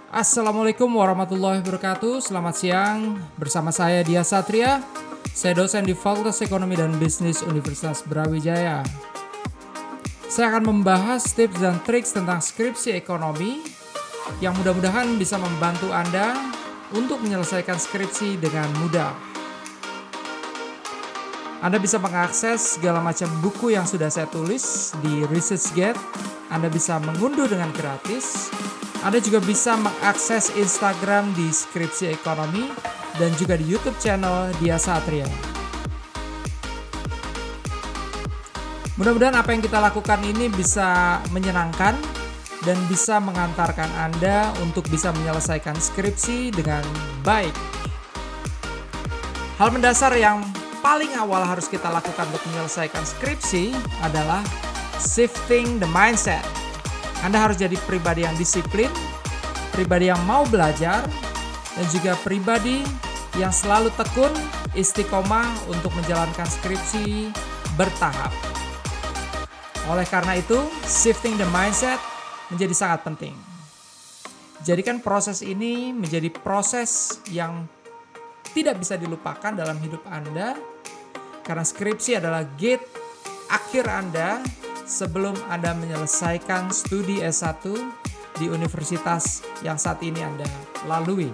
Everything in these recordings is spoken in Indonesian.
Assalamualaikum warahmatullahi wabarakatuh. Selamat siang, bersama saya Dia Satria. Saya dosen di Fakultas Ekonomi dan Bisnis Universitas Brawijaya. Saya akan membahas tips dan trik tentang skripsi ekonomi yang mudah-mudahan bisa membantu Anda untuk menyelesaikan skripsi dengan mudah. Anda bisa mengakses segala macam buku yang sudah saya tulis di ResearchGate. Anda bisa mengunduh dengan gratis. Anda juga bisa mengakses Instagram di Skripsi Ekonomi dan juga di YouTube channel Dia Satria. Mudah-mudahan apa yang kita lakukan ini bisa menyenangkan dan bisa mengantarkan Anda untuk bisa menyelesaikan skripsi dengan baik. Hal mendasar yang paling awal harus kita lakukan untuk menyelesaikan skripsi adalah shifting the mindset. Anda harus jadi pribadi yang disiplin, pribadi yang mau belajar, dan juga pribadi yang selalu tekun, istiqomah untuk menjalankan skripsi bertahap. Oleh karena itu, shifting the mindset menjadi sangat penting. Jadikan proses ini menjadi proses yang tidak bisa dilupakan dalam hidup Anda, karena skripsi adalah gate akhir Anda sebelum Anda menyelesaikan studi S1 di universitas yang saat ini Anda lalui.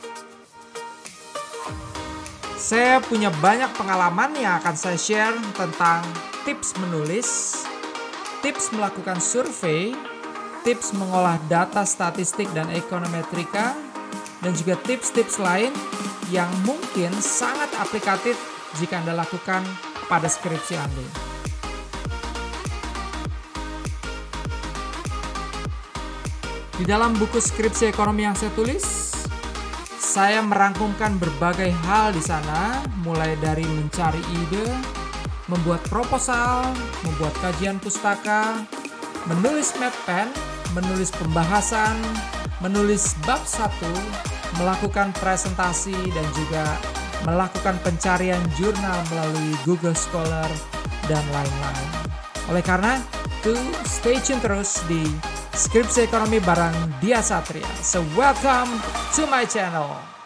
Saya punya banyak pengalaman yang akan saya share tentang tips menulis, tips melakukan survei, tips mengolah data statistik dan ekonometrika, dan juga tips-tips lain yang mungkin sangat aplikatif jika Anda lakukan pada skripsi Anda. Di dalam buku skripsi ekonomi yang saya tulis, saya merangkumkan berbagai hal di sana, mulai dari mencari ide, membuat proposal, membuat kajian pustaka, menulis mappen, menulis pembahasan, menulis bab 1, melakukan presentasi, dan juga melakukan pencarian jurnal melalui Google Scholar, dan lain-lain. Oleh karena itu, stay tune terus di Skripsi Ekonomi bareng Dia Satria. So welcome to my channel.